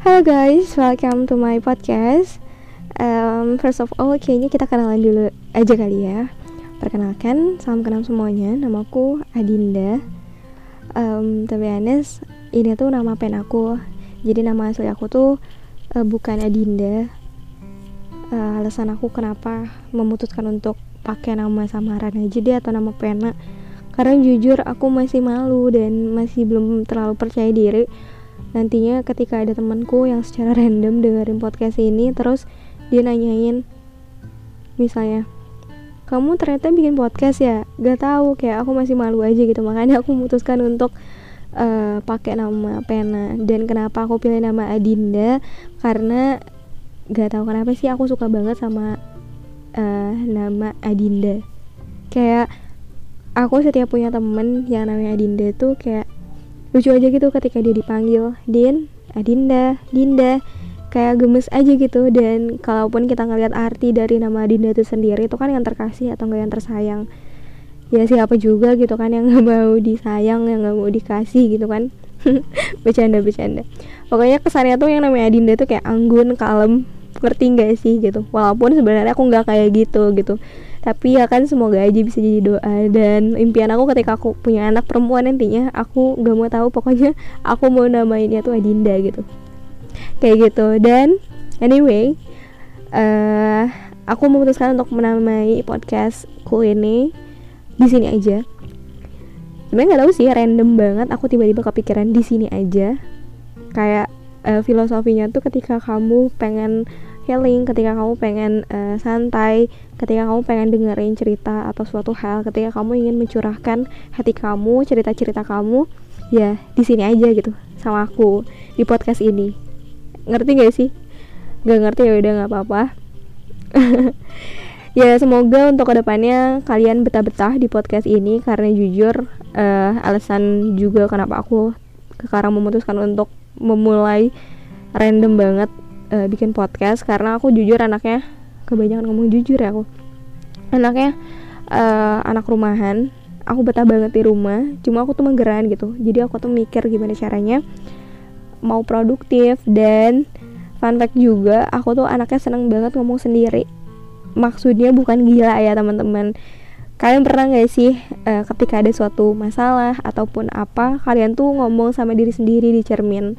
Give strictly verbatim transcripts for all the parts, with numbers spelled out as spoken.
Halo guys, welcome to my podcast. um, First of all, kayaknya kita kenalan dulu aja kali ya. Perkenalkan, salam kenal semuanya. Namaku Adinda. um, To be honest, ini tuh nama pen aku. Jadi nama asli aku tuh uh, bukan Adinda. uh, Alasan aku kenapa memutuskan untuk pakai nama samaran aja deh atau nama pena, karena jujur aku masih malu dan masih belum terlalu percaya diri nantinya ketika ada temanku yang secara random dengerin podcast ini, terus dia nanyain misalnya, kamu ternyata bikin podcast ya? Gak tahu, kayak aku masih malu aja gitu. Makanya aku memutuskan untuk uh, pakai nama pena. Dan kenapa aku pilih nama Adinda, karena gak tahu kenapa sih aku suka banget sama uh, nama Adinda. Kayak aku setiap punya temen yang namanya Adinda tuh kayak lucu aja gitu ketika dia dipanggil Din, Adinda, Dinda, kayak gemes aja gitu. Dan kalaupun kita ngelihat arti dari nama Adinda itu sendiri, itu kan yang terkasih atau enggak yang tersayang. Ya siapa juga gitu kan yang nggak mau disayang, yang nggak mau dikasih gitu kan. Bercanda-bercanda. Pokoknya kesannya tuh yang namanya Adinda tuh kayak anggun, kalem, ngerti nggak sih gitu. Walaupun sebenarnya aku nggak kayak gitu gitu. Tapi ya kan semoga aja bisa jadi doa. Dan impian aku ketika aku punya anak perempuan nantinya, aku gak mau tahu, pokoknya aku mau namainnya tuh Adinda gitu, kayak gitu. Dan anyway, uh, aku memutuskan untuk menamai podcastku ini di sini aja. Sebenarnya nggak tahu sih, random banget aku tiba-tiba kepikiran di sini aja. Kayak uh, filosofinya tuh ketika kamu pengen healing, ketika kamu pengen uh, santai, ketika kamu pengen dengerin cerita atau suatu hal, ketika kamu ingin mencurahkan hati kamu, cerita-cerita kamu, ya di sini aja gitu sama aku di podcast ini. Ngerti gak sih? Gak ngerti ya udah nggak apa-apa. Ya semoga untuk kedepannya kalian betah-betah di podcast ini, karena jujur uh, alasan juga kenapa aku sekarang memutuskan untuk memulai random banget Uh, bikin podcast, karena aku jujur anaknya, kebanyakan ngomong jujur ya aku anaknya uh, anak rumahan. Aku betah banget di rumah, cuma aku tuh mageran gitu. Jadi aku tuh mikir gimana caranya mau produktif. Dan fun fact juga, aku tuh anaknya seneng banget ngomong sendiri. Maksudnya bukan gila ya teman-teman. Kalian pernah gak sih uh, ketika ada suatu masalah ataupun apa, kalian tuh ngomong sama diri sendiri di cermin?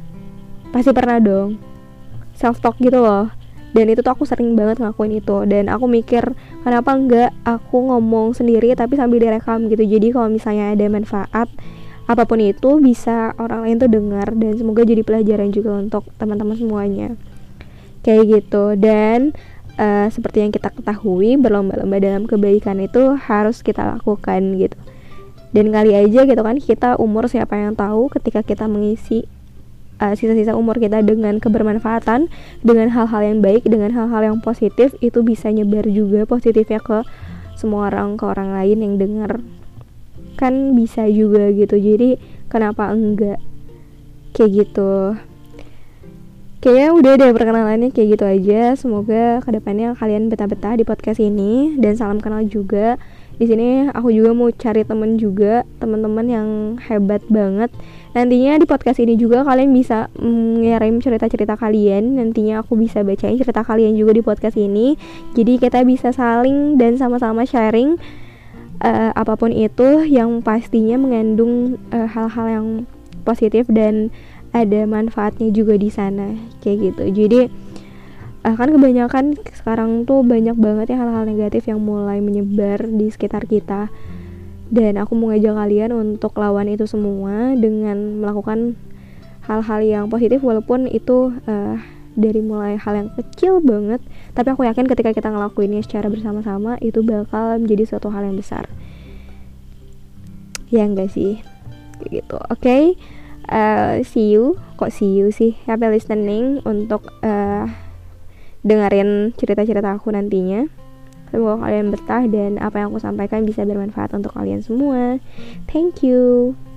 Pasti pernah dong, self talk gitu loh. Dan itu tuh aku sering banget ngelakuin itu. Dan aku mikir, kenapa enggak aku ngomong sendiri tapi sambil direkam gitu. Jadi kalau misalnya ada manfaat apapun itu, bisa orang lain tuh dengar. Dan semoga jadi pelajaran juga untuk teman-teman semuanya, kayak gitu. Dan uh, seperti yang kita ketahui, berlomba-lomba dalam kebaikan itu harus kita lakukan gitu. Dan kali aja gitu kan, kita umur siapa yang tahu, ketika kita mengisi Uh, sisa-sisa umur kita dengan kebermanfaatan, dengan hal-hal yang baik, dengan hal-hal yang positif, itu bisa nyebar juga positifnya ke semua orang, ke orang lain yang dengar. Kan bisa juga gitu. Jadi kenapa enggak, kayak gitu. Kayaknya udah deh perkenalannya kayak gitu aja. Semoga kedepannya kalian betah-betah di podcast ini. Dan salam kenal juga. Di sini aku juga mau cari temen juga, teman-teman yang hebat banget. Nantinya di podcast ini juga kalian bisa ngirim cerita-cerita kalian. Nantinya aku bisa bacain cerita kalian juga di podcast ini. Jadi kita bisa saling dan sama-sama sharing uh, apapun itu, yang pastinya mengandung uh, hal-hal yang positif dan ada manfaatnya juga di sana, kayak gitu. Jadi uh, kan kebanyakan sekarang tuh banyak banget ya hal-hal negatif yang mulai menyebar di sekitar kita. Dan aku mau ngajak kalian untuk lawan itu semua dengan melakukan hal-hal yang positif, walaupun itu uh, dari mulai hal yang kecil banget. Tapi aku yakin ketika kita ngelakuinnya secara bersama-sama, itu bakal menjadi suatu hal yang besar. Ya enggak sih? Kayak gitu. Oke, okay? uh, see you. Kok see you sih? Happy listening untuk uh, dengerin cerita-cerita aku nantinya. Semoga kalian betah dan apa yang aku sampaikan bisa bermanfaat untuk kalian semua. Thank you.